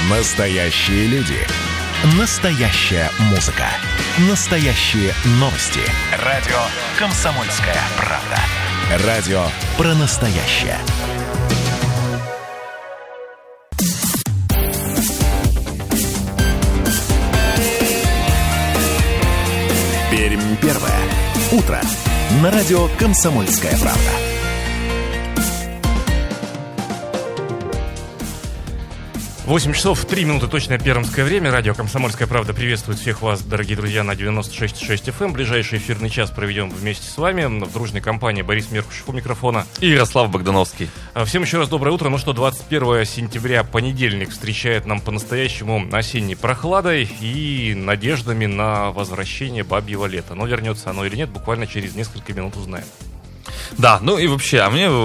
Настоящие люди. Настоящая музыка. Настоящие новости. Радио «Комсомольская правда». Радио про настоящее. Пермь первое. Утро. На радио «Комсомольская правда». 8 часов 3 минуты, точное пермское время. Радио «Комсомольская правда» приветствует всех вас, дорогие друзья, на 96,6 FM. Ближайший эфирный час проведем вместе с вами в дружной компании. Борис Меркушев у микрофона. И Ярослав Богдановский. Всем еще раз доброе утро. Ну что, 21 сентября, понедельник, встречает нам по-настоящему осенней прохладой и надеждами на возвращение бабьего лета. Но вернется оно или нет, буквально через несколько минут узнаем. Да, ну и вообще,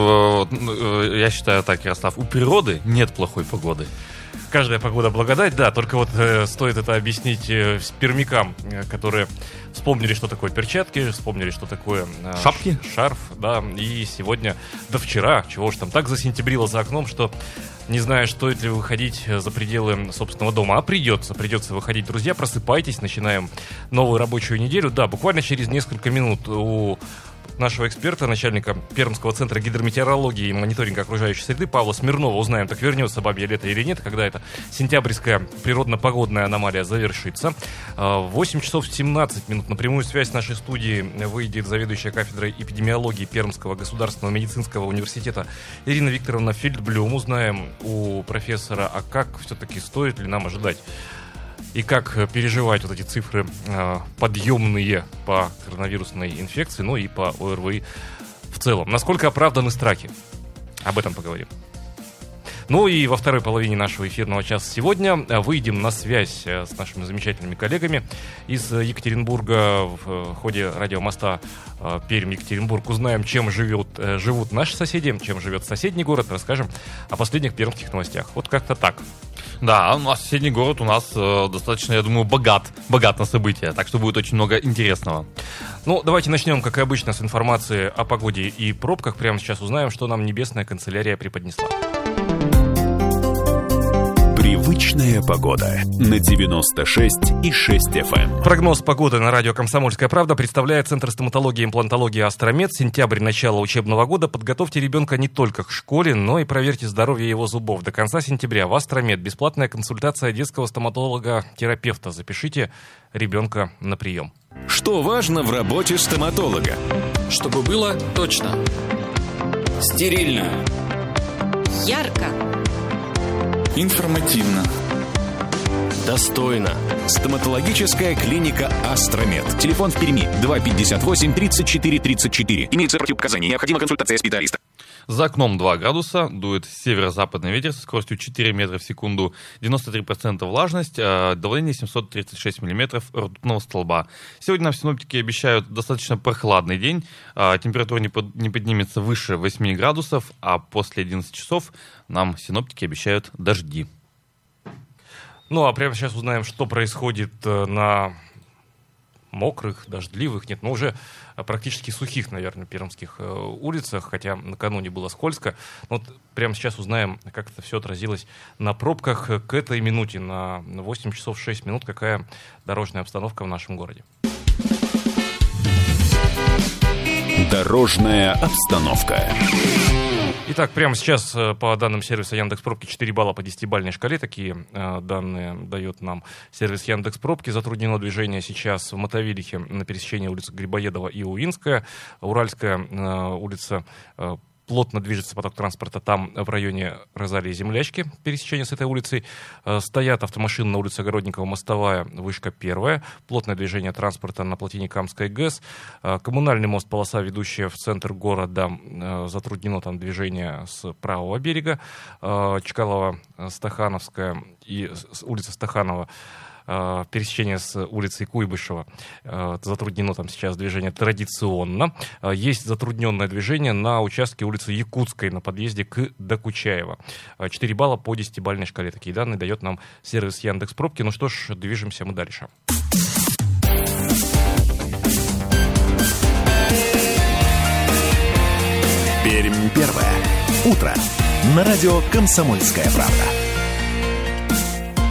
я считаю так, Ярослав, у природы нет плохой погоды. Каждая погода благодать, да, только вот стоит это объяснить пермякам, которые вспомнили, что такое перчатки, вспомнили, что такое шапки, шарф, да, и сегодня, да вчера, чего уж там, так засентябрило за окном, что не знаю, стоит ли выходить за пределы собственного дома, а придется выходить. Друзья, просыпайтесь, начинаем новую рабочую неделю, да, буквально через несколько минут у нашего эксперта, начальника Пермского центра гидрометеорологии и мониторинга окружающей среды Павла Смирнова узнаем, так вернется бабье лето или нет, когда эта сентябрьская природно-погодная аномалия завершится. В 8 часов 17 минут на прямую связь с нашей студии выйдет заведующая кафедрой эпидемиологии Пермского государственного медицинского университета Ирина Викторовна Фельдблюм. Узнаем у профессора, а как все-таки стоит ли нам ожидать и как переживать вот эти цифры подъемные по коронавирусной инфекции, ну и по ОРВИ в целом. Насколько оправданы страхи? Об этом поговорим. Ну и во второй половине нашего эфирного часа сегодня выйдем на связь с нашими замечательными коллегами из Екатеринбурга в ходе радиомоста Пермь-Екатеринбург. Узнаем, чем живут наши соседи, чем живет соседний город, расскажем о последних пермских новостях. Вот как-то так. Да, а соседний город у нас достаточно, я думаю, богат на события, так что будет очень много интересного. Ну, давайте начнем, как и обычно, с информации о погоде и пробках. Прямо сейчас узнаем, что нам небесная канцелярия преподнесла. Привычная погода на 96,6 FM. Прогноз погоды на радио «Комсомольская правда» представляет Центр стоматологии и имплантологии «Астромед». Сентябрь, начало учебного года. Подготовьте ребенка не только к школе, но и проверьте здоровье его зубов. До конца сентября в «Астромед» бесплатная консультация детского стоматолога-терапевта. Запишите ребенка на прием. Что важно в работе стоматолога? Чтобы было точно. Стерильно. Ярко. Информативно. Достойно. Стоматологическая клиника «Астромед». Телефон в Перми 258-34-34. Имеются противопоказания. Необходима консультация специалиста. За окном 2 градуса, дует северо-западный ветер со скоростью 4 метра в секунду, 93% влажность, давление 736 миллиметров ртутного столба. Сегодня нам синоптики обещают достаточно прохладный день, температура не поднимется выше 8 градусов, а после 11 часов нам синоптики обещают дожди. Ну, а прямо сейчас узнаем, что происходит на мокрых, дождливых, но уже практически сухих, наверное, пермских улицах, хотя накануне было скользко. Но вот прямо сейчас узнаем, как это все отразилось на пробках к этой минуте, на 8 часов 6 минут, какая дорожная обстановка в нашем городе. Дорожная обстановка. Итак, прямо сейчас по данным сервиса Яндекс.Пробки 4 балла по 10-бальной шкале. Такие данные дает нам сервис Яндекс.Пробки. Затруднено движение сейчас в Мотовилихе на пересечении улиц Грибоедова и Уинская. Уральская улица плотно движется поток транспорта там в районе Розалии и Землячки, пересечение с этой улицей. Стоят автомашины на улице Огородникова, Мостовая, Вышка 1. Плотное движение транспорта на плотине Камской ГЭС. Коммунальный мост, полоса, ведущая в центр города, затруднено там движение с правого берега. Чкалова-Стахановская и улица Стаханова, пересечение с улицей Куйбышева, затруднено там сейчас движение традиционно. Есть затрудненное движение на участке улицы Якутской на подъезде к Докучаева. 4 балла по 10-бальной шкале. Такие данные дает нам сервис Яндекс.Пробки. Ну что ж, движемся мы дальше. Пермь первое. Утро. На радио «Комсомольская правда».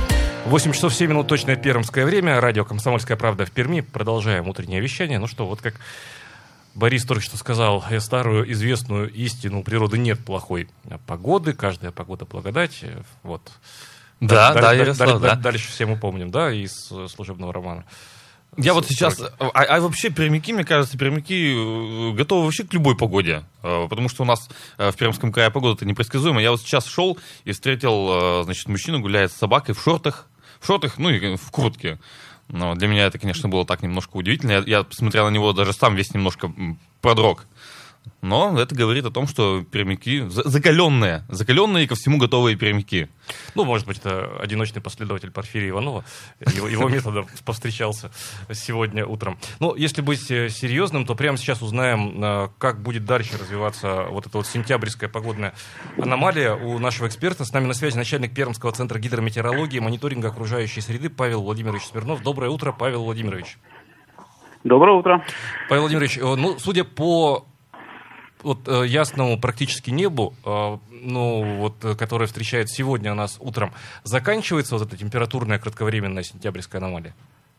8 часов 7 минут, точное пермское время. Радио «Комсомольская правда» в Перми. Продолжаем утреннее вещание. Ну что, вот как Борис только что сказал старую известную истину: у природы нет плохой погоды, каждая погода благодать. Вот. Да, Ярослав, да. Дальше все мы помним, да, из служебного романа. Я вот сейчас... вообще пермяки, мне кажется, пермяки готовы вообще к любой погоде. Потому что у нас в Пермском крае погода-то непредсказуема. Я вот сейчас шел и встретил, значит, мужчину, гуляет с собакой в шортах, ну и в куртке. Но для меня это, конечно, было так немножко удивительно. Я смотрел на него, даже сам весь немножко продрог. Но это говорит о том, что пермяки закаленные и ко всему готовые пермяки. Ну, может быть, это одиночный последователь Порфирия Иванова. Его методом повстречался сегодня утром. Ну, если быть серьезным, то прямо сейчас узнаем, как будет дальше развиваться вот эта вот сентябрьская погодная аномалия у нашего эксперта. С нами на связи начальник Пермского центра гидрометеорологии и мониторинга окружающей среды Павел Владимирович Смирнов. Доброе утро, Павел Владимирович. Доброе утро. Павел Владимирович, ну, судя по ясному практически небу, которое встречает сегодня у нас утром, заканчивается вот эта температурная кратковременная сентябрьская аномалия?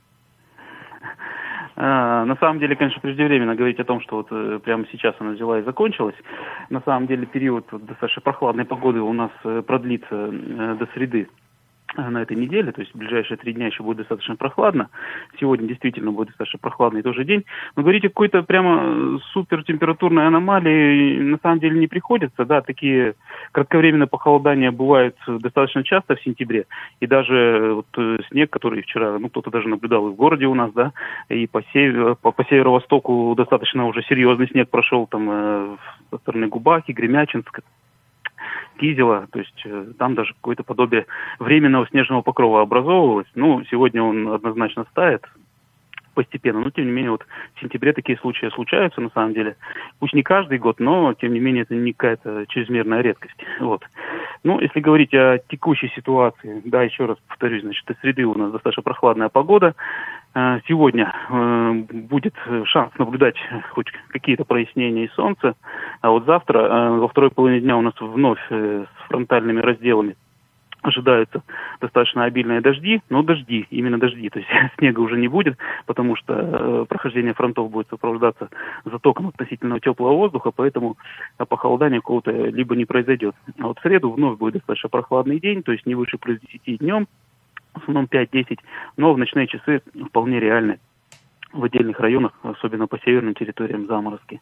На самом деле, конечно, преждевременно говорить о том, что вот прямо сейчас она взяла и закончилась. На самом деле период достаточно прохладной погоды у нас продлится до среды на этой неделе, то есть в ближайшие 3 дня еще будет достаточно прохладно. Сегодня действительно будет достаточно прохладный тоже день. Но говорить о какой-то прямо супертемпературной аномалии на самом деле не приходится. Да, такие кратковременные похолодания бывают достаточно часто в сентябре. И даже вот снег, который вчера, кто-то даже наблюдал и в городе у нас, да, и по северо-востоку достаточно уже серьезный снег прошел там со стороны Губахи, Гремячинска, Кизела, то есть там даже какое-то подобие временного снежного покрова образовывалось. Сегодня он однозначно стает постепенно, но тем не менее вот в сентябре такие случаи случаются на самом деле. Пусть не каждый год, но тем не менее это не какая-то чрезмерная редкость. Вот. Если говорить о текущей ситуации, да, еще раз повторюсь, значит, до среды у нас достаточно прохладная погода. Сегодня будет шанс наблюдать хоть какие-то прояснения и солнца, а вот завтра, во второй половине дня у нас вновь с фронтальными разделами ожидаются достаточно обильные дожди, но именно дожди, то есть снега уже не будет, потому что прохождение фронтов будет сопровождаться затоком относительно теплого воздуха, поэтому похолодания какого-то либо не произойдет. А вот в среду вновь будет достаточно прохладный день, то есть не выше плюс 10 днем, в основном 5-10, но в ночные часы вполне реальны в отдельных районах, особенно по северным территориям, заморозки.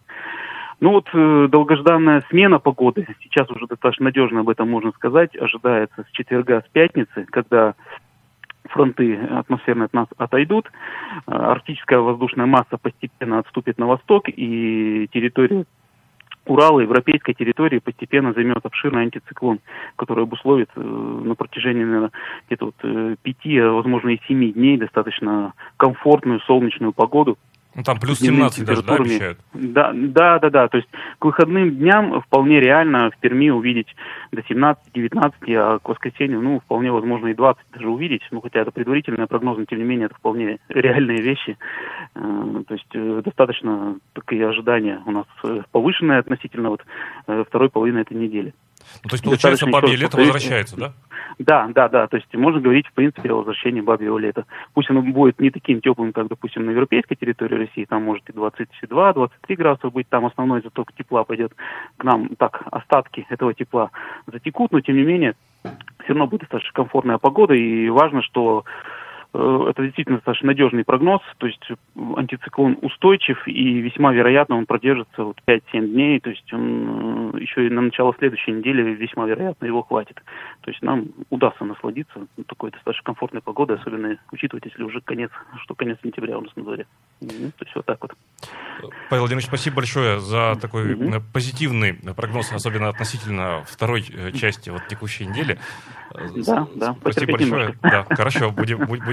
Долгожданная смена погоды, сейчас уже достаточно надежно об этом можно сказать, ожидается с четверга, с пятницы, когда фронты атмосферные от нас отойдут, арктическая воздушная масса постепенно отступит на восток, и территория Урала, европейской территории постепенно займет обширный антициклон, который обусловит на протяжении, наверное, где-то 5, а возможно и 7 дней достаточно комфортную солнечную погоду. Там плюс 17 даже, да, обещают? Да. То есть к выходным дням вполне реально в Перми увидеть до 17-19, а к воскресенью, вполне возможно и 20 даже увидеть. Хотя это предварительные прогнозы, но тем не менее это вполне реальные вещи. То есть достаточно такие ожидания у нас повышенные относительно второй половины этой недели. То есть, получается, бабье лето возвращается, да? Да. То есть можно говорить, в принципе, о возвращении бабьего лета. Пусть оно будет не таким теплым, как, допустим, на европейской территории России, там может и 22-23 градуса быть, там основной заток тепла пойдет к нам, так, остатки этого тепла затекут, но тем не менее все равно будет достаточно комфортная погода, и важно, что это действительно достаточно надежный прогноз, то есть антициклон устойчив, и весьма вероятно он продержится 5-7 дней, то есть он еще и на начало следующей недели весьма вероятно его хватит. То есть нам удастся насладиться такой достаточно комфортной погодой, особенно учитывать, если уже конец сентября у нас на дворе. То есть вот так вот. Павел Владимирович, спасибо большое за такой позитивный прогноз, особенно относительно второй части текущей недели. Да. Спасибо большое. Да, хорошо, будем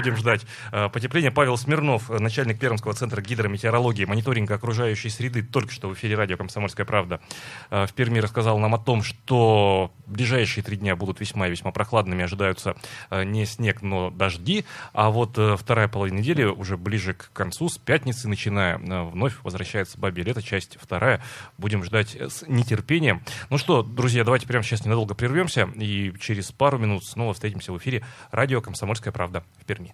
будем ждать потепления. Павел Смирнов, начальник Пермского центра гидрометеорологии, мониторинга окружающей среды, только что в эфире радио «Комсомольская правда» в Перми рассказал нам о том, что ближайшие 3 дня будут весьма и весьма прохладными. Ожидаются не снег, но дожди. А вот вторая половина недели, уже ближе к концу, с пятницы начиная, вновь возвращается бабье лето, часть вторая. Будем ждать с нетерпением. Ну что, друзья, давайте прямо сейчас ненадолго прервемся и через пару минут снова встретимся в эфире радио «Комсомольская правда» в Перми.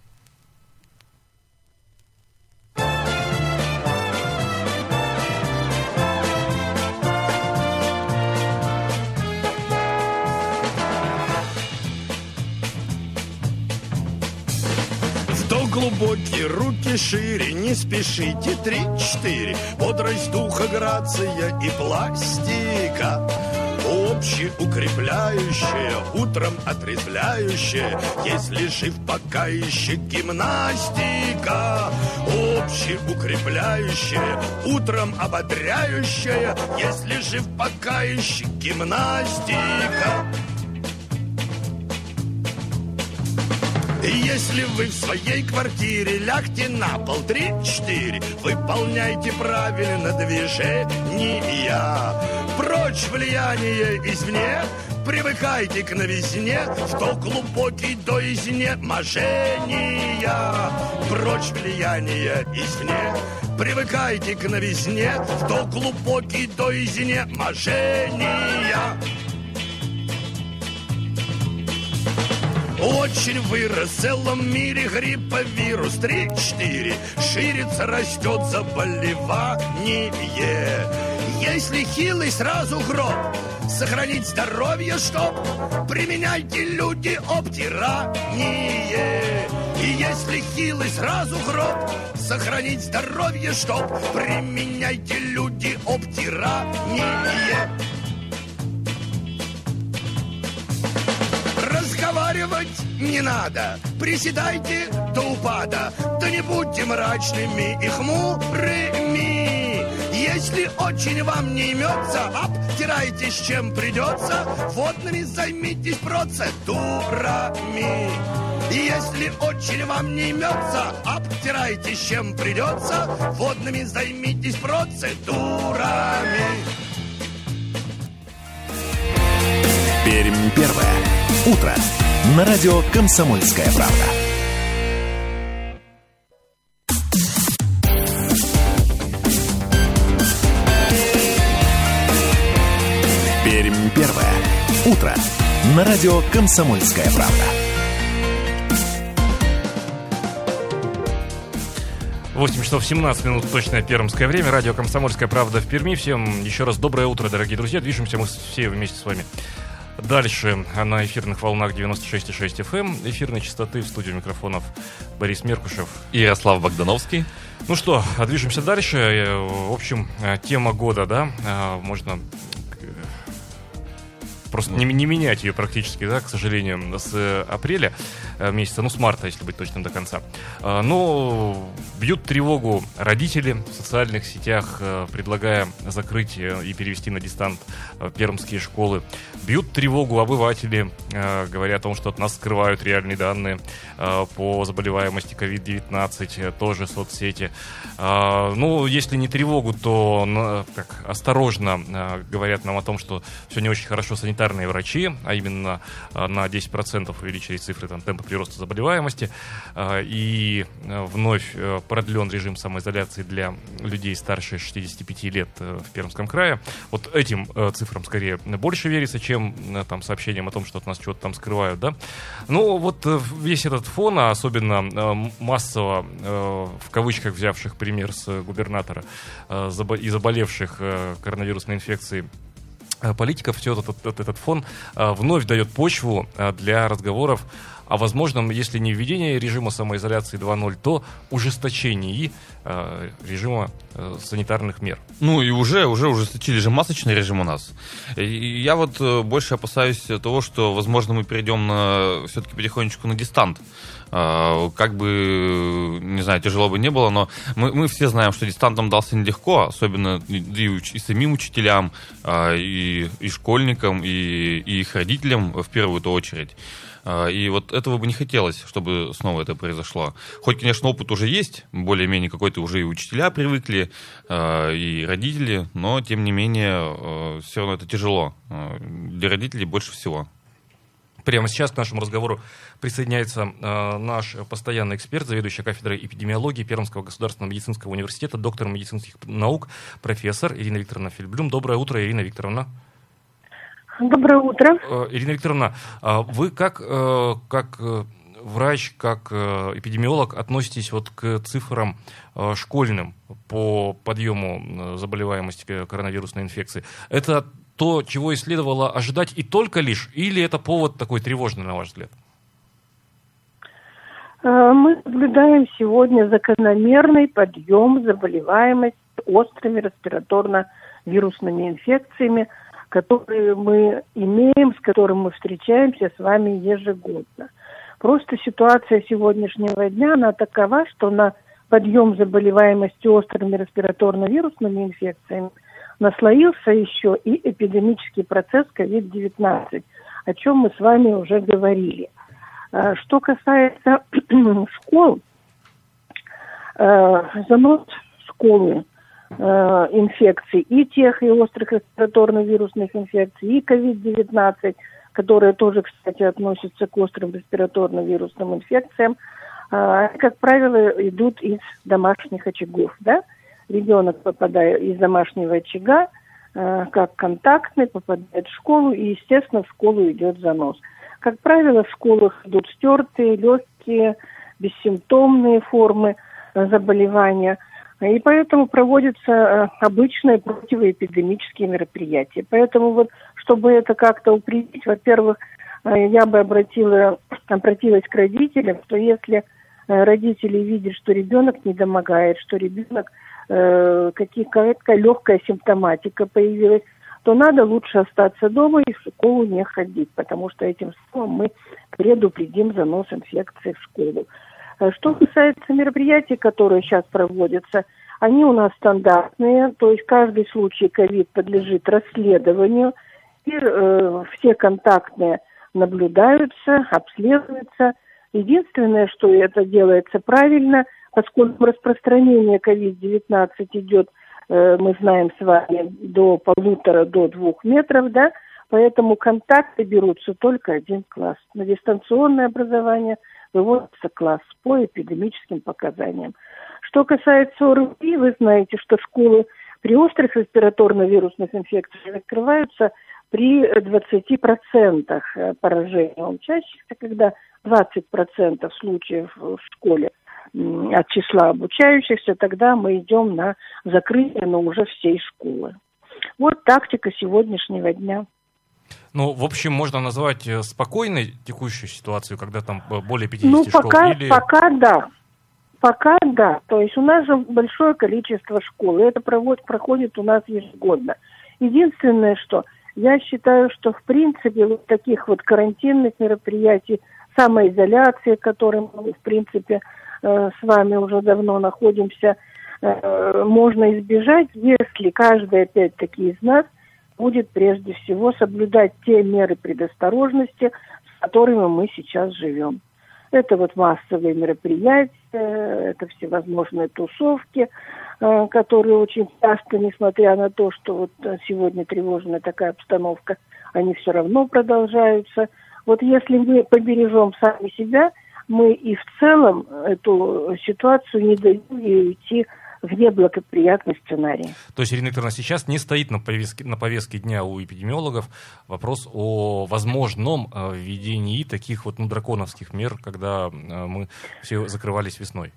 Глубокие руки шире, не спешите, 3-4. Бодрость духа, грация и пластика. Общеукрепляющая, утром отрезвляющая, если жив пока еще гимнастика. Общеукрепляющая, утром ободряющая, если жив пока еще гимнастика. Если вы в своей квартире, лягте на пол, 3-4. Выполняйте правильно движения. Прочь влияние извне, привыкайте к новизне, в то глубокий до изнеможения. Прочь влияние извне, привыкайте к новизне, в то глубокий до изнеможения. Очень вырос в целом мире грипповирус, 3-4. Ширится, растет заболевание. Если хилый, сразу гроб. Сохранить здоровье, чтоб применяйте, люди, обтирание. И если хилый, сразу гроб. Сохранить здоровье, чтоб применяйте, люди, обтирание. Разговаривать не надо, приседайте до упада, да не будьте мрачными и хмурыми. Если очень вам не имется, обтирайтесь чем придется, водными займитесь процедурами. Если очень вам не имется, обтирайтесь чем придется, водными займитесь процедурами. Пермь первая. Утро. На радио «Комсомольская правда». Пермь первая. Утро. На радио «Комсомольская правда». 8 часов 17 минут, точное пермское время. Радио «Комсомольская правда» в Перми. Всем еще раз доброе утро, дорогие друзья. Движемся мы все вместе с вами дальше на эфирных волнах 96,6 FM. Эфирные частоты, в студии микрофонов Борис Меркушев и Ярослав Богдановский. Ну что, движемся дальше. В общем, тема года, да, можно просто не менять ее практически, да, к сожалению, с апреля месяца, ну, с марта, если быть точным, до конца. Но бьют тревогу родители в социальных сетях, предлагая закрыть и перевести на дистант пермские школы. Бьют тревогу обыватели, говоря о том, что от нас скрывают реальные данные по заболеваемости COVID-19, тоже соцсети. Ну, если не тревогу, то как, осторожно говорят нам о том, что все не очень хорошо санитарные врачи, а именно на 10% увеличили цифры темпа прироста заболеваемости, и вновь продлен режим самоизоляции для людей старше 65 лет в Пермском крае. Вот этим цифрам скорее больше верится, чем там сообщениям о том, что от нас что-то там скрывают, да. Ну, вот весь этот фон, а особенно массово, в кавычках взявших пример с губернатора и заболевших коронавирусной инфекцией политиков, все этот фон вновь дает почву для разговоров о возможном, если не введении режима самоизоляции 2.0, то ужесточении режима санитарных мер. Ну и уже ужесточили же масочный режим у нас. И я вот больше опасаюсь того, что, возможно, мы перейдем все-таки потихонечку на дистант. Как бы, не знаю, тяжело бы не было, но мы все знаем, что дистантом дался нелегко, особенно и самим учителям, и школьникам, и их родителям в первую очередь. И вот этого бы не хотелось, чтобы снова это произошло. Хоть, конечно, опыт уже есть, более-менее какой-то уже и учителя привыкли, и родители, но, тем не менее, все равно это тяжело. Для родителей больше всего. Прямо сейчас к нашему разговору присоединяется наш постоянный эксперт, заведующий кафедрой эпидемиологии Пермского государственного медицинского университета, доктор медицинских наук, профессор Ирина Викторовна Фельдблюм. Доброе утро, Ирина Викторовна. Доброе утро. Ирина Викторовна, вы как врач, как эпидемиолог относитесь вот к цифрам школьным по подъему заболеваемости коронавирусной инфекции? Это то, чего и следовало ожидать и только лишь, или это повод такой тревожный, на ваш взгляд? Мы наблюдаем сегодня закономерный подъем заболеваемости острыми респираторно-вирусными инфекциями, которые мы имеем, с которыми мы встречаемся с вами ежегодно. Просто ситуация сегодняшнего дня, она такова, что на подъем заболеваемости острыми респираторно-вирусными инфекциями наслоился еще и эпидемический процесс COVID-19, о чем мы с вами уже говорили. Что касается школ, занос школы инфекций и тех, и острых респираторно-вирусных инфекций, и COVID-19, которые тоже, кстати, относятся к острым респираторно-вирусным инфекциям, как правило, идут из домашних очагов, да? Ребенок, попадая из домашнего очага, как контактный, попадает в школу, и, естественно, в школу идет занос. Как правило, в школах идут стертые, легкие, бессимптомные формы заболевания, и поэтому проводятся обычные противоэпидемические мероприятия. Поэтому вот, чтобы это как-то упредить, во-первых, я бы обратилась к родителям, что если родители видят, что ребенок недомогает, что ребенок какая-то легкая симптоматика появилась, то надо лучше остаться дома и в школу не ходить, потому что этим самым мы предупредим занос инфекции в школу. Что касается мероприятий, которые сейчас проводятся, они у нас стандартные, то есть каждый случай ковид подлежит расследованию, и все контактные наблюдаются, обследуются. Единственное, что это делается правильно, поскольку распространение COVID-19 идет, мы знаем с вами, до 1,5-2 метров, да, поэтому контакты берутся только один класс. На дистанционное образование выводится класс по эпидемическим показаниям. Что касается ОРВИ, вы знаете, что школы при острых респираторно-вирусных инфекциях открываются при 20% поражения. Чаще, когда 20% случаев в школе от числа обучающихся, тогда мы идем на закрытие, но уже всей школы. Вот тактика сегодняшнего дня. Ну, в общем, можно назвать спокойной текущую ситуацию, когда там более 50 школ? Пока да. Пока да. То есть у нас же большое количество школ, и это проходит у нас ежегодно. Единственное, что я считаю, что в принципе вот таких вот карантинных мероприятий, самоизоляции, которой мы, в принципе, с вами уже давно находимся, можно избежать, если каждый, опять-таки, из нас будет прежде всего соблюдать те меры предосторожности, с которыми мы сейчас живем. Это вот массовые мероприятия, это всевозможные тусовки, которые очень часто, несмотря на то, что вот сегодня тревожная такая обстановка, они все равно продолжаются. Вот если мы побережем сами себя, мы и в целом эту ситуацию не дадим ей уйти в неблагоприятный сценарий. То есть, Ирина Викторовна, сейчас не стоит на повестке дня у эпидемиологов вопрос о возможном введении таких вот драконовских мер, когда мы все закрывались весной?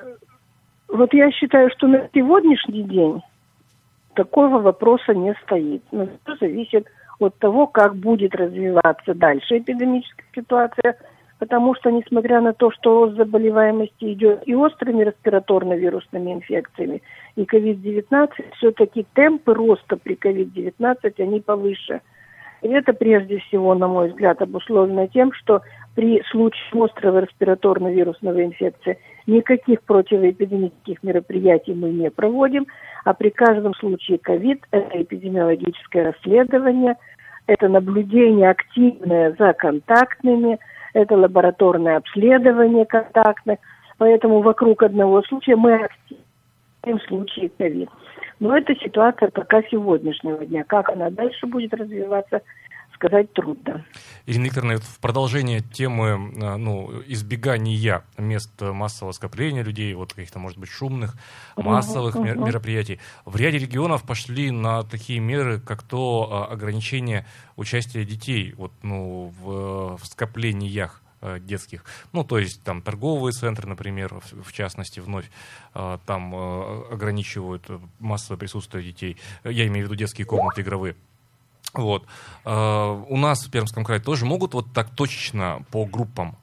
Вот я считаю, что на сегодняшний день такого вопроса не стоит. Но все зависит от того, как будет развиваться дальше эпидемическая ситуация, потому что, несмотря на то, что рост заболеваемости идет и острыми респираторно-вирусными инфекциями, и COVID-19, все-таки темпы роста при COVID-19, они повыше. И это, прежде всего, на мой взгляд, обусловлено тем, что при случае острого респираторно-вирусного инфекции никаких противоэпидемических мероприятий мы не проводим, а при каждом случае COVID это эпидемиологическое расследование, это наблюдение активное за контактными, это лабораторное обследование контактных. Поэтому вокруг одного случая мы активируем случаи ковид. Но это ситуация пока сегодняшнего дня. Как она дальше будет развиваться, сказать трудно. Ирина Викторовна, в продолжение темы избегания мест массового скопления людей, вот каких-то, может быть, шумных, массовых мероприятий, в ряде регионов пошли на такие меры, как то ограничение участия детей в скоплениях детских. То есть там торговые центры, например, в частности, вновь там ограничивают массовое присутствие детей. Я имею в виду детские комнаты игровые. Вот. У нас в Пермском крае тоже могут вот так точечно по группам?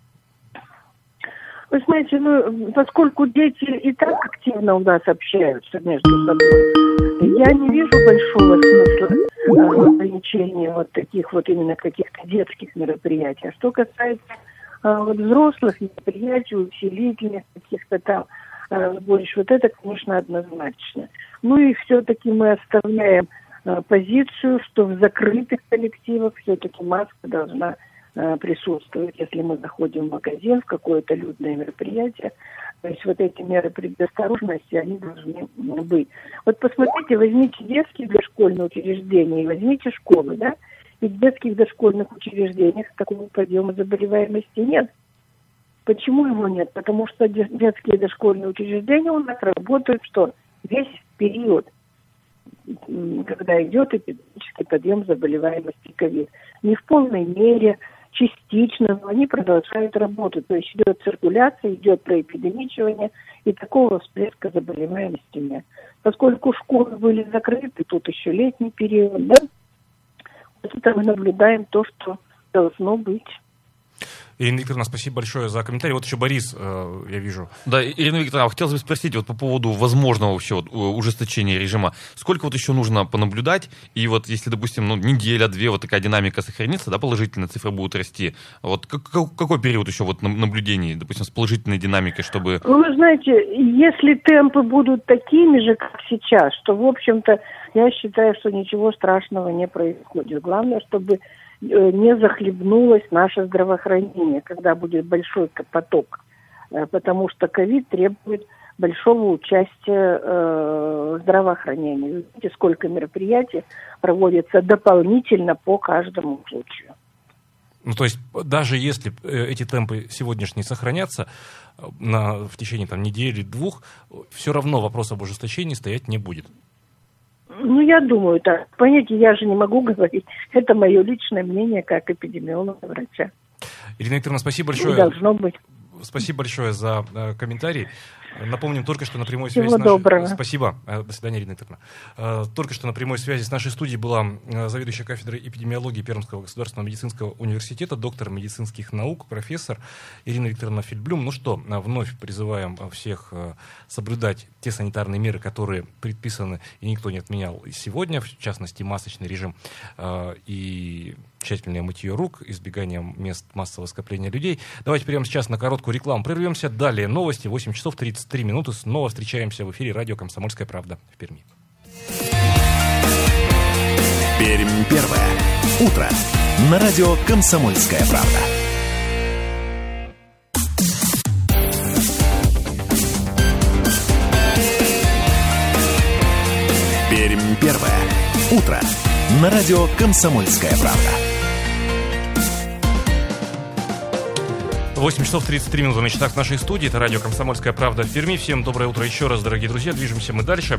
Вы знаете, поскольку дети и так активно у нас общаются между собой, я не вижу большого смысла в ограничении вот таких вот именно каких-то детских мероприятий. А что касается взрослых мероприятий, усилительных каких-то там сборищ, вот это, конечно, однозначно. И все-таки мы оставляем позицию, что в закрытых коллективах все-таки маска должна присутствовать, если мы заходим в магазин, в какое-то людное мероприятие. То есть вот эти меры предосторожности, они должны быть. Вот посмотрите, возьмите детские дошкольные учреждения и возьмите школы, да? И в детских дошкольных учреждениях такого подъема заболеваемости нет. Почему его нет? Потому что детские дошкольные учреждения у нас работают весь период, когда идет эпидемический подъем заболеваемости ковид. Не в полной мере, частично, но они продолжают работать. То есть идет циркуляция, идет проэпидемичивание, и такого всплеска заболеваемости нет. Поскольку школы были закрыты, тут еще летний период, да, вот это мы наблюдаем то, что должно быть. Ирина Викторовна, спасибо большое за комментарий. Вот еще Борис, я вижу. Да, Ирина Викторовна, хотелось бы спросить по поводу возможного вообще ужесточения режима. Сколько еще нужно понаблюдать? И если, допустим, неделя-две такая динамика сохранится, да, положительная цифра будет расти. Какой период еще наблюдений, допустим, с положительной динамикой, чтобы... Вы знаете, если темпы будут такими же, как сейчас, то, в общем-то, я считаю, что ничего страшного не происходит. Главное, чтобы не захлебнулось наше здравоохранение, когда будет большой поток, потому что ковид требует большого участия здравоохранения. Видите, сколько мероприятий проводится дополнительно по каждому случаю. То есть даже если эти темпы сегодняшние сохранятся в течение недели-двух, все равно вопрос об ужесточении стоять не будет. Я думаю, так. Понимаете, я же не могу говорить. Это мое личное мнение как эпидемиолога-врача. Ирина Викторовна, спасибо большое. И должно быть. Спасибо большое за комментарий. Напомним только, что на прямой связи... Всего доброго. Спасибо. До свидания, Ирина Викторовна. Только что на прямой связи с нашей студией была заведующая кафедрой эпидемиологии Пермского государственного медицинского университета, доктор медицинских наук, профессор Ирина Викторовна Фельдблюм. Вновь призываем всех соблюдать те санитарные меры, которые предписаны, и никто не отменял сегодня, в частности, масочный режим и тщательное мытье рук, избегание мест массового скопления людей. Давайте прямо сейчас на короткую рекламу прервемся. Далее новости. 8 часов 33 минуты. Снова встречаемся в эфире радио «Комсомольская правда» в Перми. Пермь первое. Утро. На радио «Комсомольская правда». Пермь первое. Утро. На радио «Комсомольская правда». 8 часов 33 минуты на часах в нашей студии. Это радио «Комсомольская правда» в Перми. Всем доброе утро еще раз, дорогие друзья. Движемся мы дальше.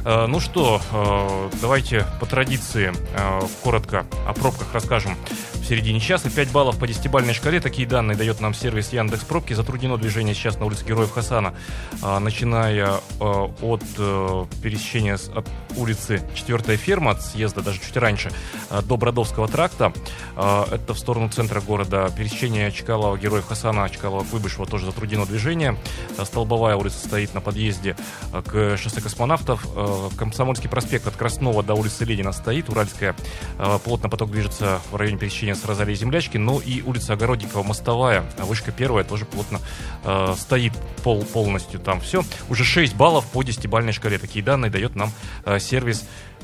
Давайте по традиции коротко о пробках расскажем в середине часа. 5 баллов по 10-бальной шкале. Такие данные дает нам сервис Яндекс.Пробки. Затруднено движение сейчас на улице Героев Хасана, начиная от пересечения от улицы 4-я ферма, от съезда даже чуть раньше, до Бродовского тракта. Это в сторону центра города. Пересечение Чкалова, Героев Хасана, Чкалова-Куйбышева тоже затруднено движение. Столбовая улица стоит на подъезде к шоссе Космонавтов. Комсомольский проспект от Краснова до улицы Ленина стоит. Уральская плотно поток движется в районе пересечения с Розалией Землячки. И улица Огородникова, Мостовая, вышка 1 тоже плотно стоит полностью там все. Уже 6 баллов по 10-бальной шкале. Такие данные дает нам сервис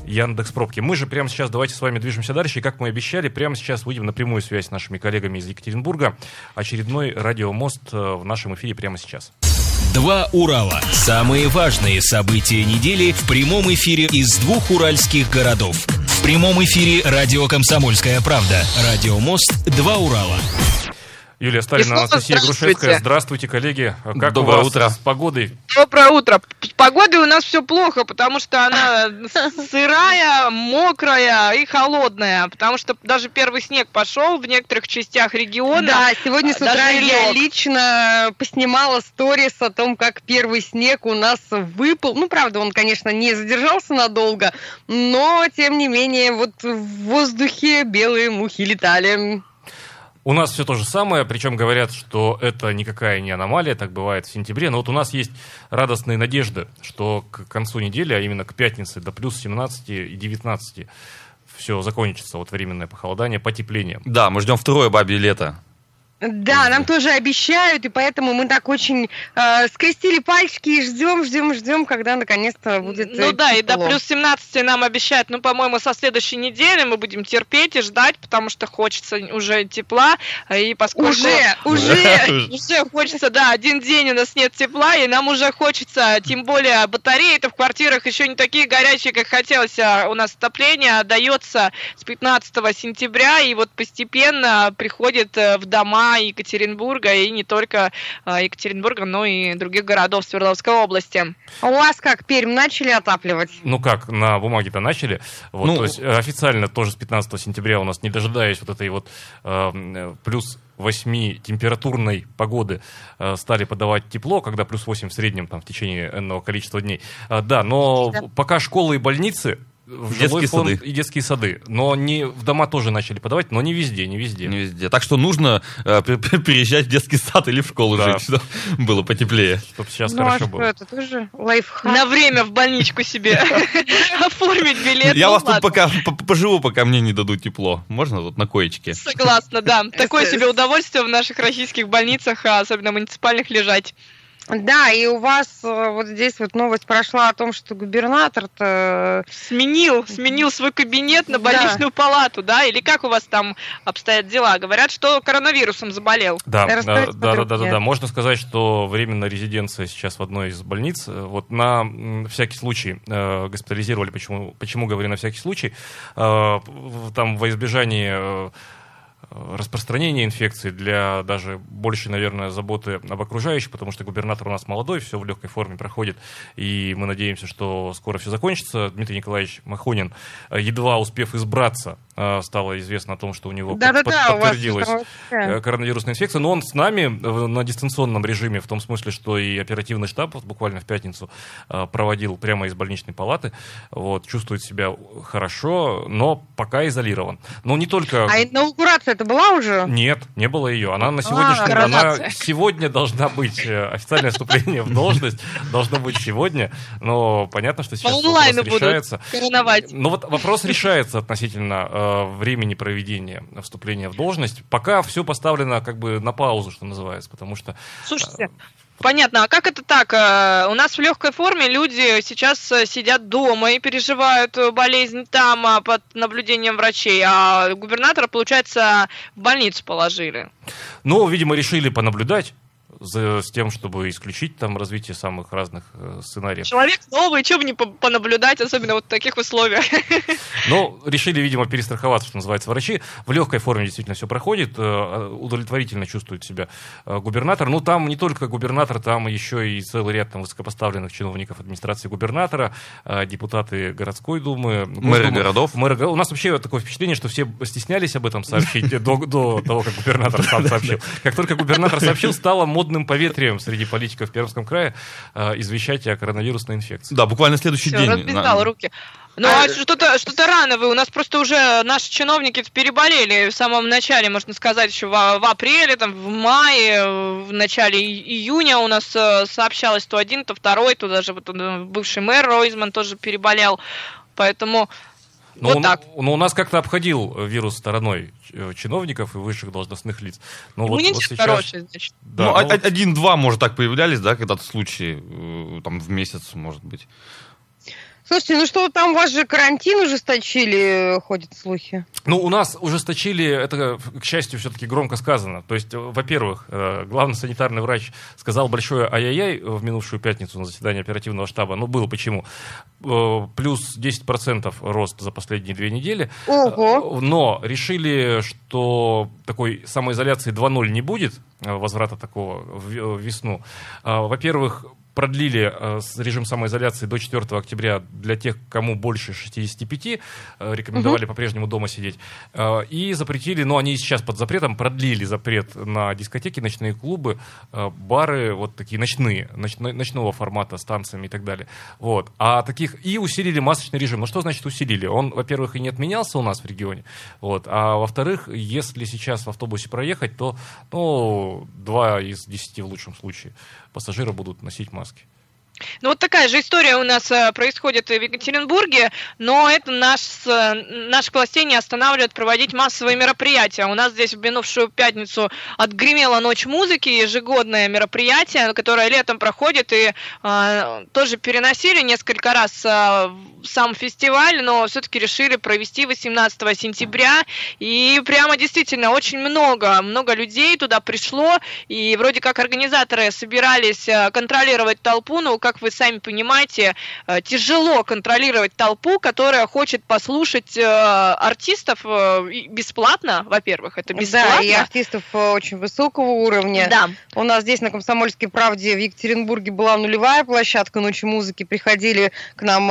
Яндекс.Пробки. Мы же прямо сейчас давайте с вами движемся дальше. И как мы обещали, прямо сейчас выйдем на прямую связь с нашими коллегами из Екатеринбурга. Очередной радиомост в нашем эфире прямо сейчас. Два Урала. Самые важные события недели в прямом эфире из двух уральских городов. В прямом эфире радио «Комсомольская правда». Радиомост «Два Урала». Юлия Сталина, Анастасия Грушевская. Здравствуйте, коллеги. Как Доброе у вас утро. с погодой? Доброе утро. С погодой у нас все плохо, потому что она сырая, мокрая и холодная. Потому что даже первый снег пошел в некоторых частях региона. Да, сегодня с утра я лично поснимала сторис о том, как первый снег у нас выпал. Ну, правда, он, конечно, не задержался надолго, но, тем не менее, вот в воздухе белые мухи летали. У нас все то же самое, причем говорят, что это никакая не аномалия, так бывает в сентябре. Но вот у нас есть радостные надежды, что к концу недели, а именно к пятнице, до плюс 17 и 19 все закончится, вот временное похолодание, потепление. Да, мы ждем второе бабье лето. Да, нам тоже обещают, и поэтому мы так очень скрестили пальчики и ждем, когда наконец-то будет Ну да, тепло. и до плюс 17 нам обещают, ну, по-моему, со следующей недели мы будем терпеть и ждать, потому что хочется уже тепла, и поскольку... Уже хочется, да, один день у нас нет тепла, и нам уже хочется, тем более батареи-то в квартирах еще не такие горячие, как хотелось, у нас отопление дается с 15 сентября, и вот постепенно приходит в дома Екатеринбурга, и не только Екатеринбурга, но и других городов Свердловской области. А у вас как, Пермь начали отапливать? Ну как, на бумаге-то начали. Вот, то есть официально тоже с 15 сентября у нас, не дожидаясь вот этой вот плюс 8 температурной погоды, стали подавать тепло, когда плюс 8 в среднем там, в течение энного количества дней. Да, но пока школы и больницы, детские сады. И детские сады. Но не в дома тоже начали подавать, но не везде. Не везде. Так что нужно переезжать в детский сад или в школу жить, чтобы было потеплее. Чтобы сейчас хорошо было. Это тоже лайфхак. На время в больничку себе оформить билет. Я вас тут пока поживу, пока мне не дадут тепло. Можно вот на коечке? Согласна, да. Такое себе удовольствие в наших российских больницах, особенно муниципальных, лежать. Да, и у вас вот здесь вот новость прошла о том, что губернатор-то... Сменил свой кабинет на больничную палату, да? Или как у вас там обстоят дела? Говорят, что коронавирусом заболел. Да. Можно сказать, что временная резиденция сейчас в одной из больниц. Вот на всякий случай госпитализировали. Почему говорю на всякий случай? Там во избежание распространения инфекции, для даже большей, наверное, заботы об окружающих, потому что губернатор у нас молодой, все в легкой форме проходит, и мы надеемся, что скоро все закончится. Дмитрий Николаевич Махонин, едва успев избраться, стало известно о том, что у него подтвердилась коронавирусная инфекция, но он с нами на дистанционном режиме, в том смысле, что и оперативный штаб буквально в пятницу проводил прямо из больничной палаты, вот, чувствует себя хорошо, но пока изолирован. Но не только... А инаугурация это была уже? Нет, не было ее. Она на сегодняшний день, она сегодня должна быть, официальное вступление в должность должно быть сегодня, но понятно, что сейчас вопрос решается. Но вот вопрос решается относительно времени проведения вступления в должность. Пока все поставлено как бы на паузу, что называется, потому что... Слушайте, понятно, а как это так? У нас в легкой форме люди сейчас сидят дома и переживают болезнь там под наблюдением врачей, а губернатора, получается, в больницу положили. Ну, видимо, решили понаблюдать с тем, чтобы исключить там развитие самых разных сценариев. Человек новый, что бы не понаблюдать, особенно вот в таких условиях. Ну, решили, видимо, перестраховаться, что называется, врачи. В легкой форме действительно все проходит, удовлетворительно чувствует себя губернатор. Ну, там не только губернатор, там еще и целый ряд там высокопоставленных чиновников администрации губернатора, депутаты городской думы, мэры городов. У нас вообще такое впечатление, что все стеснялись об этом сообщить до того, как губернатор сам сообщил. Как только губернатор сообщил, стало модным поветрием среди политиков в Пермском крае извещать о коронавирусной инфекции. Да, в следующий день. Разбежал руки. Ну, а что-то рано вы. У нас просто уже наши чиновники переболели в самом начале, можно сказать, еще в апреле, там, в мае, в начале июня у нас сообщалось то один, то второй, то даже вот бывший мэр Ройзман тоже переболел. Поэтому... Но у нас как-то обходил вирус стороной чиновников и высших должностных лиц. Иммунитет сейчас... хороший, значит. Да, один-два, может, так появлялись, да, когда-то случаи, там, в месяц, может быть. Слушайте, ну что там, у вас же карантин ужесточили, ходят слухи. Ну, у нас ужесточили, это, к счастью, все-таки громко сказано. То есть, во-первых, главный санитарный врач сказал большое ай-яй-яй в минувшую пятницу на заседании оперативного штаба. Ну, было почему. Плюс 10% рост за последние 2 недели. Ого. Но решили, что такой самоизоляции 2.0 не будет, возврата такого в весну. Во-первых, продлили режим самоизоляции до 4 октября для тех, кому больше 65, рекомендовали по-прежнему дома сидеть. И запретили, ну, они сейчас под запретом, продлили запрет на дискотеки, ночные клубы, бары, вот такие ночные, ночного формата, с танцами и так далее. Вот. А таких, и усилили масочный режим. Ну, что значит усилили? Он, во-первых, и не отменялся у нас в регионе, вот, а во-вторых, если сейчас в автобусе проехать, то, ну, 2 из 10 в лучшем случае пассажиры будут носить маски. Ну, вот такая же история у нас происходит в Екатеринбурге, но это наших властей не останавливает проводить массовые мероприятия. У нас здесь в минувшую пятницу отгремела Ночь музыки, ежегодное мероприятие, которое летом проходит, и тоже переносили несколько раз сам фестиваль, но все-таки решили провести 18 сентября, и прямо действительно очень много людей туда пришло, и вроде как организаторы собирались контролировать толпу, но, как вы сами понимаете, тяжело контролировать толпу, которая хочет послушать артистов бесплатно, во-первых, это бесплатно. Да, и артистов очень высокого уровня. Да. У нас здесь на «Комсомольской правде» в Екатеринбурге была нулевая площадка Ночи музыки, приходили к нам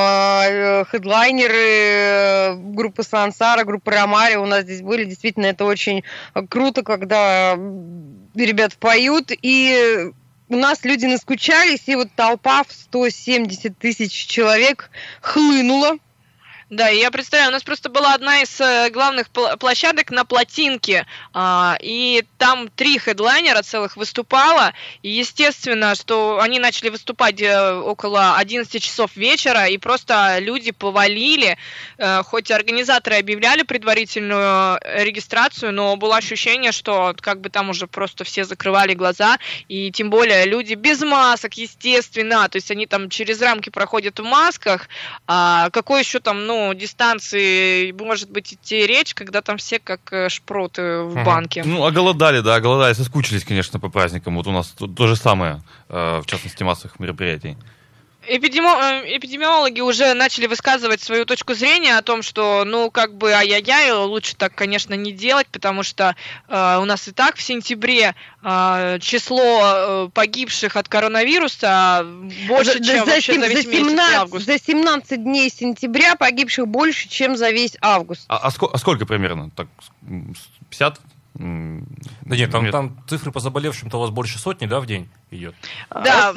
хедлайнеры группы Сансара, группы Ромари, у нас здесь были, действительно, это очень круто, когда ребята поют, и у нас люди наскучались, и вот толпа в 170 тысяч человек хлынула. Да, я представляю, у нас просто была одна из главных площадок на Плотинке, и там 3 хедлайнера целых выступало, и естественно, что они начали выступать около 11 часов вечера, и просто люди повалили, хоть организаторы объявляли предварительную регистрацию, но было ощущение, что как бы там уже просто все закрывали глаза, и тем более люди без масок, естественно, то есть они там через рамки проходят в масках, какой еще там, дистанции может быть идти речь, когда там все как шпроты в банке. Ну, оголодали, соскучились, конечно, по праздникам. Вот у нас то же самое, в частности, массовых мероприятий. Эпидемиологи уже начали высказывать свою точку зрения о том, что, ай-яй-яй, лучше так, конечно, не делать, потому что у нас и так в сентябре число погибших от коронавируса больше, чем вообще за весь месяц август. За 17 дней сентября погибших больше, чем за весь август. А сколько примерно? Так, 50? Да нет, там цифры по заболевшим-то у вас больше сотни, да, в день идет? Да,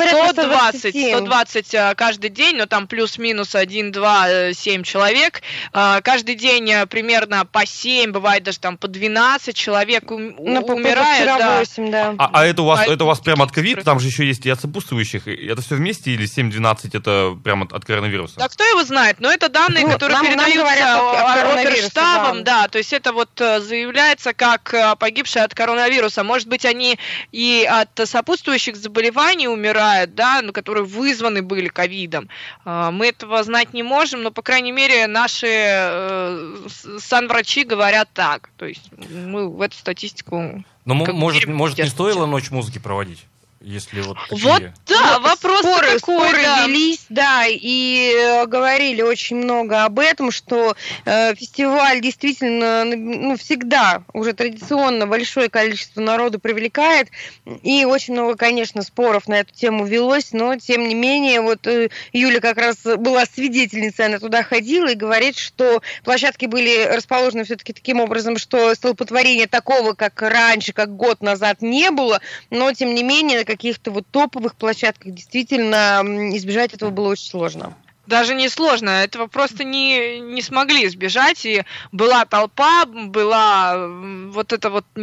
120 каждый день, но там плюс-минус 1, 2, 7 человек. Каждый день примерно по 7, бывает даже там по 12 человек умирают. Да. 8, да. А это у вас прямо от ковида? Там же еще есть и от сопутствующих. Это все вместе или 7-12 это прямо от коронавируса? Да кто его знает, но это данные, которые передаются оперштабом, да, то есть это вот заявляется как погибшие от коронавируса. Может быть, они и от сопутствующих заболеваний умирают, да, которые вызваны были ковидом. Мы этого знать не можем, но, по крайней мере, наши санврачи говорят так. То есть мы в эту статистику... Но, может, не стоило Ночь музыки проводить? Если вот такие... Вот, да, вопрос такой, споры велись, да, и говорили очень много об этом, что фестиваль действительно, всегда уже традиционно большое количество народу привлекает, и очень много, конечно, споров на эту тему велось, но, тем не менее, вот Юля как раз была свидетельницей, она туда ходила и говорит, что площадки были расположены все-таки таким образом, что столпотворения такого, как раньше, как год назад, не было, но, тем не менее, каких-то вот топовых площадках действительно избежать этого было очень сложно. Даже не сложно, этого просто не смогли избежать, и была толпа, была вот это вот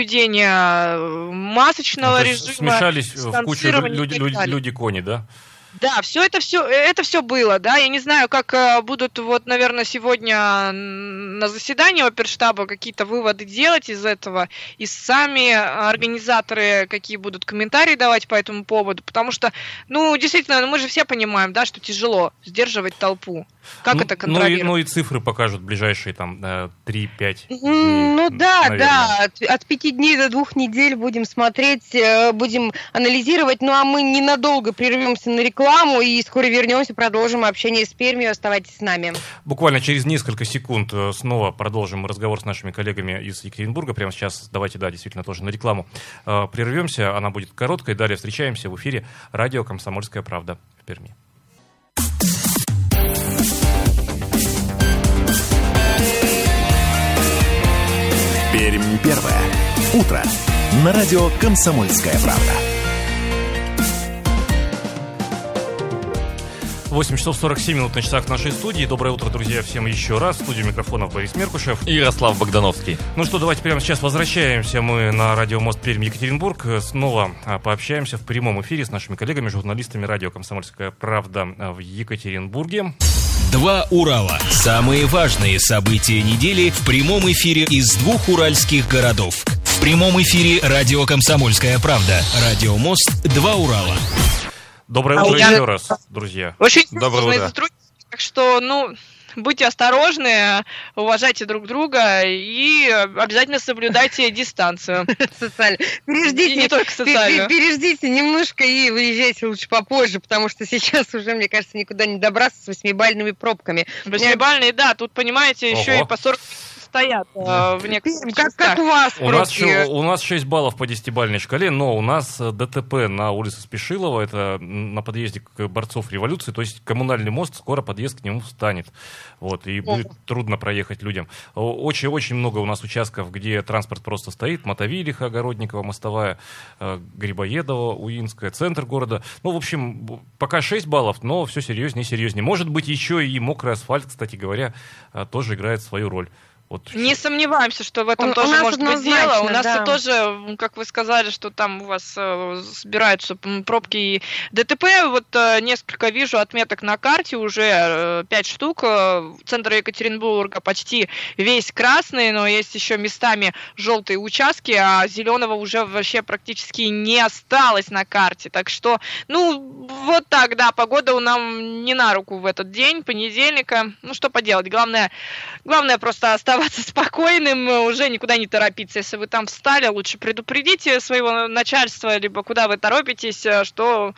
несоблюдение масочного режима. Смешались в кучу люди-кони, да? Да, это все было, да. Я не знаю, как будут вот, наверное, сегодня на заседании оперштаба какие-то выводы делать из этого, и сами организаторы какие будут комментарии давать по этому поводу, потому что, действительно, мы же все понимаем, да, что тяжело сдерживать толпу. Как это контролировать? И цифры покажут ближайшие там 3-5 дней. Да, от 5 дней до 2 недель будем смотреть, будем анализировать, а мы ненадолго прервемся на рекламу и скоро вернемся, продолжим общение с Пермью. Оставайтесь с нами. Буквально через несколько секунд снова продолжим разговор с нашими коллегами из Екатеринбурга. Прямо сейчас давайте, действительно, тоже на рекламу прервемся. Она будет короткой. Далее встречаемся в эфире радио «Комсомольская правда» в Перми. Пермь первое. Утро. На радио «Комсомольская правда». 8 часов 47 минут на часах в нашей студии. Доброе утро, друзья, всем еще раз. В студию микрофонов Борис Меркушев и Ярослав Богдановский. Что, давайте прямо сейчас возвращаемся мы на радио Мост Пермь-Екатеринбург. Снова пообщаемся в прямом эфире с нашими коллегами, журналистами радио «Комсомольская правда» в Екатеринбурге. Два Урала. Самые важные события недели в прямом эфире из 2 уральских городов. В прямом эфире радио «Комсомольская правда». Радио Мост, 2 Урала. Доброе утро еще раз, друзья. Очень доброе утро. Так что, будьте осторожны, уважайте друг друга и обязательно соблюдайте дистанцию. Социально. Переждите, не только социально. Переждите немножко и выезжайте лучше попозже, потому что сейчас уже, мне кажется, никуда не добраться с 8-бальными пробками. 8-бальные, да, тут, понимаете, еще и по 40 стоят в некоторых как у вас пробки. У нас 6 баллов по 10-бальной шкале, но у нас ДТП на улице Спешилова, это на подъезде к Борцов революции, то есть коммунальный мост, скоро подъезд к нему встанет. И будет трудно проехать людям. Очень много у нас участков, где транспорт просто стоит. Мотовилиха, Огородникова, Мостовая, Грибоедова, Уинская, центр города. В общем, пока 6 баллов, но все серьезнее и серьезнее. Может быть, еще и мокрый асфальт, кстати говоря, тоже играет свою роль. Не сомневаемся, что в этом тоже может быть дело. У нас тоже, как вы сказали, что там у вас собираются пробки и ДТП. Несколько вижу отметок на карте, уже 5 штук. Центр Екатеринбурга почти весь красный, но есть еще местами желтые участки, а зеленого уже вообще практически не осталось на карте. Так что, так, да, погода нам не на руку в этот день, понедельника. Что поделать, главное просто оставаться спокойным, уже никуда не торопиться. Если вы там встали, лучше предупредите своего начальства, либо куда вы торопитесь, что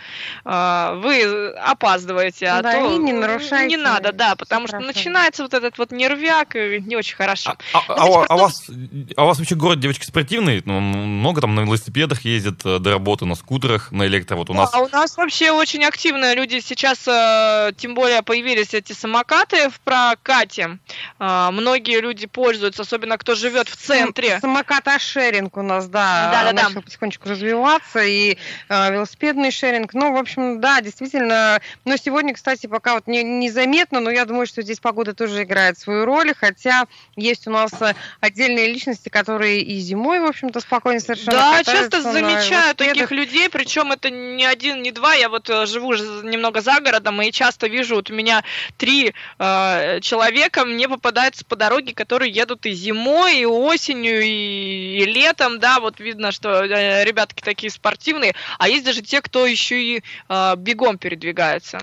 вы опаздываете. А то не нарушайте. Не надо, потому что начинается этот нервяк, и не очень хорошо. А у вас вообще город, девочки, спортивный? Много там на велосипедах ездят до работы, на скутерах, на электро? У нас вообще очень активно люди сейчас, тем более появились эти самокаты в прокате. Многие люди пользуются, особенно кто живет в центре. Самокат-шеринг у нас, начал потихонечку развиваться, и велосипедный шеринг. В общем, действительно. Но сегодня, кстати, пока незаметно, но я думаю, что здесь погода тоже играет свою роль, хотя есть у нас отдельные личности, которые и зимой, в общем-то, спокойно совершенно катаются. Часто замечаю таких людей, причем это не один, не два. Я живу немного за городом, и часто вижу, у меня 3 человека мне попадаются по дороге, которые едут и зимой, и осенью, и летом, видно, что ребятки такие спортивные, а есть даже те, кто еще и бегом передвигается.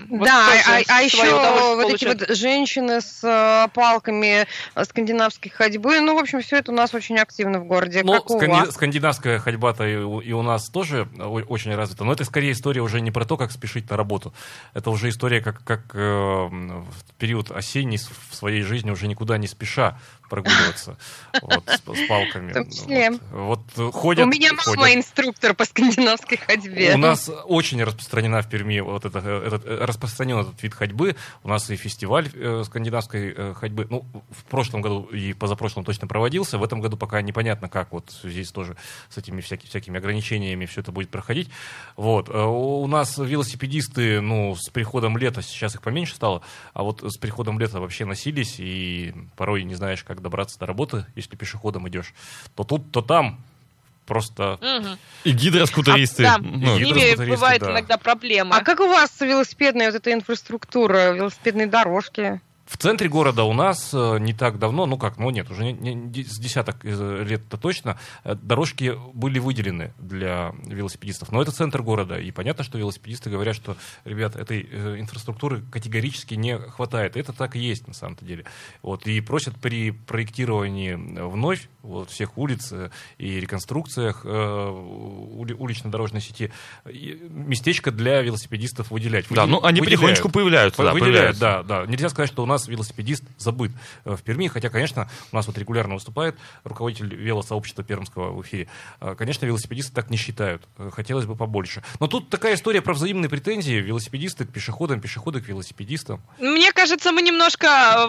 Еще эти женщины с палками скандинавской ходьбы, в общем, все это у нас очень активно в городе. Как у вас? Скандинавская ходьба-то и у нас тоже очень развита, но это скорее история уже не про то, как спешить на работу, это уже история, как в период осенний в своей жизни уже никуда не спеша прогуливаться с палками. В том числе. Ходят. У меня мама инструктор по скандинавской ходьбе. У нас очень распространена в Перми распространен этот вид ходьбы. У нас и фестиваль скандинавской ходьбы. В прошлом году и позапрошлом точно проводился. В этом году пока непонятно, как в связи тоже с этими всякими ограничениями все это будет проходить. У нас велосипедисты, с приходом лета, сейчас их поменьше стало, а с приходом лета вообще носились, и порой не знаешь, как добраться до работы, если пешеходом идешь. То тут, то там. просто... И гидроскутеристы. Да, с ними бывает иногда проблема. А как у вас велосипедная вот эта инфраструктура, велосипедные дорожки? В центре города у нас не так давно, уже с десяток лет-то точно, дорожки были выделены для велосипедистов. Но это центр города, и понятно, что велосипедисты говорят, что, ребят, этой инфраструктуры категорически не хватает. Это так и есть на самом-то деле. И просят при проектировании вновь всех улиц и реконструкциях улично-дорожной сети местечко для велосипедистов выделять. Да, они потихонечку появляются. Выделяют, да. Нельзя сказать, что у нас велосипедист забыт в Перми, хотя, конечно, у нас регулярно выступает руководитель велосообщества пермского в эфире. Конечно, велосипедисты так не считают. Хотелось бы побольше. Но тут такая история про взаимные претензии. Велосипедисты к пешеходам, пешеходы к велосипедистам. Мне кажется, мы немножко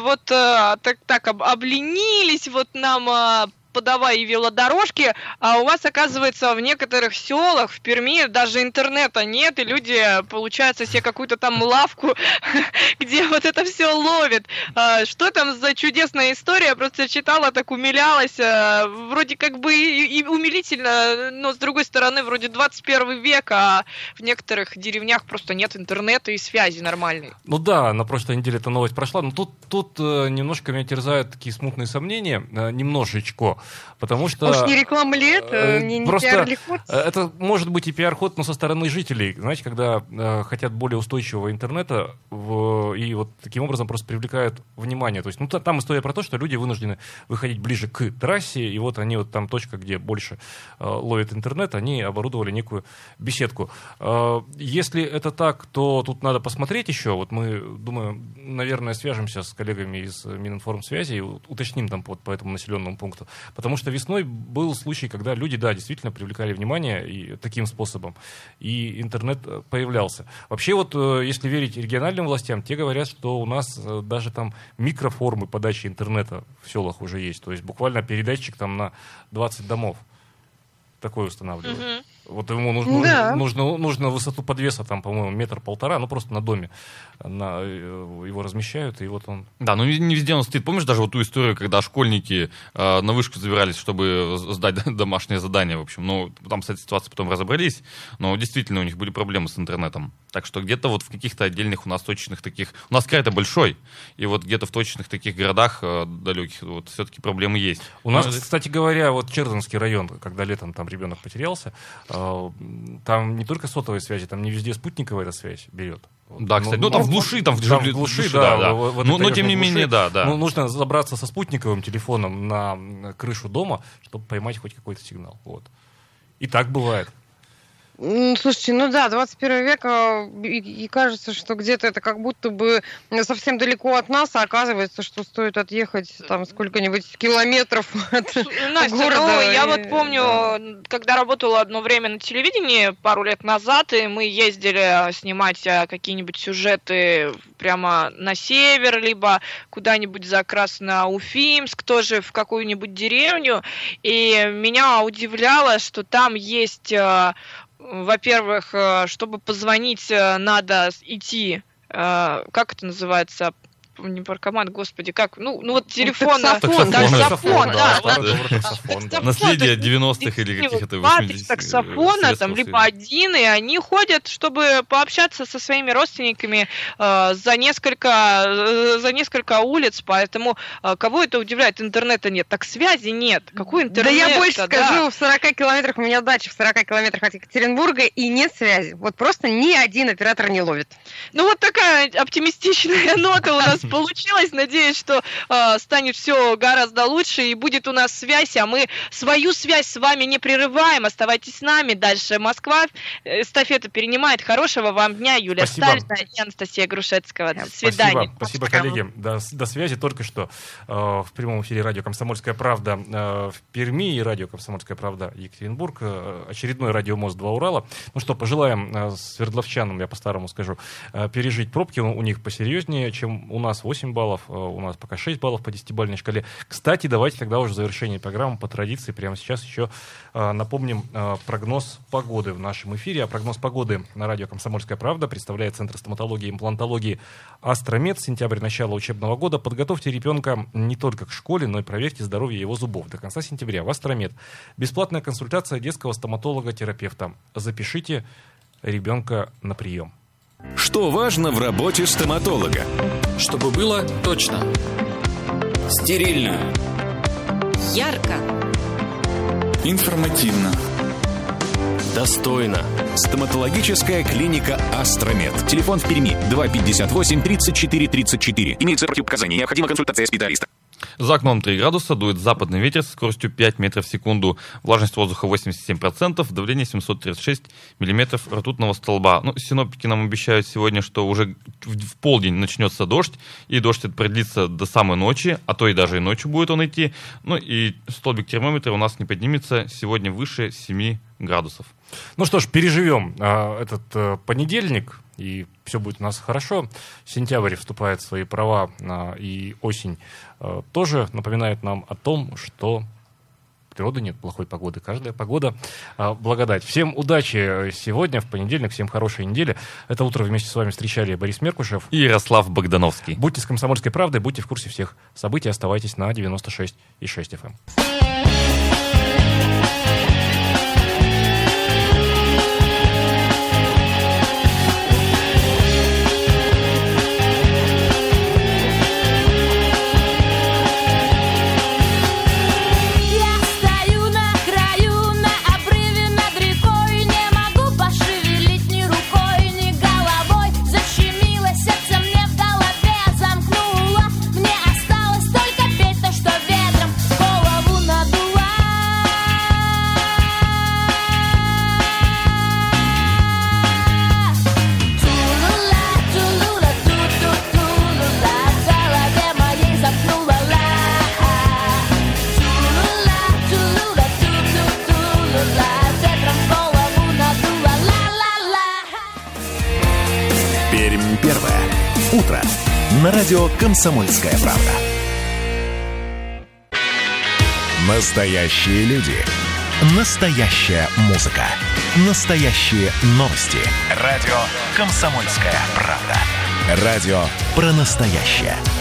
так обленились, нам подавай велодорожки, а у вас, оказывается, в некоторых селах в Перми даже интернета нет, и люди, получается, себе какую-то там лавку, где это все ловят. Что там за чудесная история? Я просто читала, так умилялась. Вроде как бы и умилительно, но с другой стороны, вроде 21 век, а в некоторых деревнях просто нет интернета и связи нормальной. На прошлой неделе эта новость прошла, но тут немножко меня терзают такие смутные сомнения, немножечко. Потому что... Уж не реклама ли это? Не пиар ли ход? Это может быть и пиар-ход, но со стороны жителей. Знаете, когда хотят более устойчивого интернета, и таким образом просто привлекают внимание. То есть, там история про то, что люди вынуждены выходить ближе к трассе, и они там точка, где больше ловит интернет, они оборудовали некую беседку. Если это так, то тут надо посмотреть еще. Мы, думаю, наверное, свяжемся с коллегами из Мининформсвязи и уточним там по этому населенному пункту. Потому что весной был случай, когда люди, действительно привлекали внимание и таким способом, и интернет появлялся. Вообще, если верить региональным властям, те говорят, что у нас даже там микроформы подачи интернета в селах уже есть. То есть буквально передатчик там на 20 домов. Такой устанавливают. Ему нужно высоту подвеса, там, по-моему, 1,5 метра, просто на доме его размещают, и он... Да, не везде он стоит. Помнишь даже ту историю, когда школьники на вышку забирались, чтобы сдать домашнее задание, в общем. Там, кстати, ситуации потом разобрались, но действительно у них были проблемы с интернетом. Так что где-то в каких-то отдельных у нас точечных таких... У нас край-то большой, и где-то в точечных таких городах далеких все-таки проблемы есть. У нас, кстати говоря, Чердынский район, когда летом там ребенок потерялся, там не только сотовая связь, там не везде спутниковая эта связь берет. Да, кстати, там в глуши, да. Но тем не менее, да. Нужно забраться со спутниковым телефоном на крышу дома, чтобы поймать хоть какой-то сигнал. И так бывает. Слушайте, 21 век, и кажется, что где-то это как будто бы совсем далеко от нас, а оказывается, что стоит отъехать там сколько-нибудь километров от города. Я помню, когда работала одно время на телевидении, пару лет назад, и мы ездили снимать какие-нибудь сюжеты прямо на север, либо куда-нибудь за Красноуфимск, тоже в какую-нибудь деревню, и меня удивляло, что там есть... Во-первых, чтобы позвонить, надо идти, как это называется, не паркомат, господи, как, телефон. Таксофон, да. Наследие 90-х или каких-то 80-х. Таксофона, либо один, и они ходят, чтобы пообщаться со своими родственниками за несколько улиц, поэтому кого это удивляет? Интернета нет, так связи нет. Какой интернет? Да я больше скажу, в 40 километрах, у меня дача в 40 километрах от Екатеринбурга, и нет связи. Просто ни один оператор не ловит. Такая оптимистичная нота у нас получилось. Надеюсь, что станет все гораздо лучше и будет у нас связь, а мы свою связь с вами не прерываем. Оставайтесь с нами. Дальше Москва. Эстафета перенимает. Хорошего вам дня. Юлия Сталина и Анастасия Грушецкого. До свидания. Спасибо, коллеги. До связи. Только что в прямом эфире радио «Комсомольская правда» в Перми и радио «Комсомольская правда» Екатеринбург. Очередной радиомост 2 Урала. Пожелаем свердловчанам, я по-старому скажу, пережить пробки у них посерьезнее, чем у нас. вас 8 баллов, у нас пока 6 баллов по 10-бальной шкале. Кстати, давайте тогда уже в завершении программы по традиции прямо сейчас еще напомним прогноз погоды в нашем эфире. А прогноз погоды на радио «Комсомольская правда» представляет Центр стоматологии и имплантологии «Астромед». Сентябрь, начало учебного года. Подготовьте ребенка не только к школе, но и проверьте здоровье его зубов. До конца сентября в «Астромед» бесплатная консультация детского стоматолога-терапевта. Запишите ребенка на прием. Что важно в работе стоматолога? Чтобы было точно. Стерильно. Ярко. Информативно. Достойно. Стоматологическая клиника «Астромед». Телефон в Перми 258-34-34. Имеются противопоказания. Необходима консультация специалиста. За окном 3 градуса, дует западный ветер со скоростью 5 метров в секунду, влажность воздуха 87%, давление 736 миллиметров ртутного столба. Синоптики нам обещают сегодня, что уже в полдень начнется дождь, и дождь этот продлится до самой ночи, а то и даже и ночью будет он идти. И столбик термометра у нас не поднимется сегодня выше 7 градусов. Ну что ж, переживем этот понедельник, и все будет у нас хорошо. Сентябрь вступает в свои права, и осень тоже напоминает нам о том, что природы нет плохой погоды. Каждая погода благодать. Всем удачи сегодня, в понедельник, всем хорошей недели. Это утро вместе с вами встречали Борис Меркушев и Ярослав Богдановский. Будьте с «Комсомольской правдой», будьте в курсе всех событий, оставайтесь на 96,6 FM. Первое утро на радио «Комсомольская правда». Настоящие люди. Настоящая музыка. Настоящие новости. Радио «Комсомольская правда». Радио про настоящее.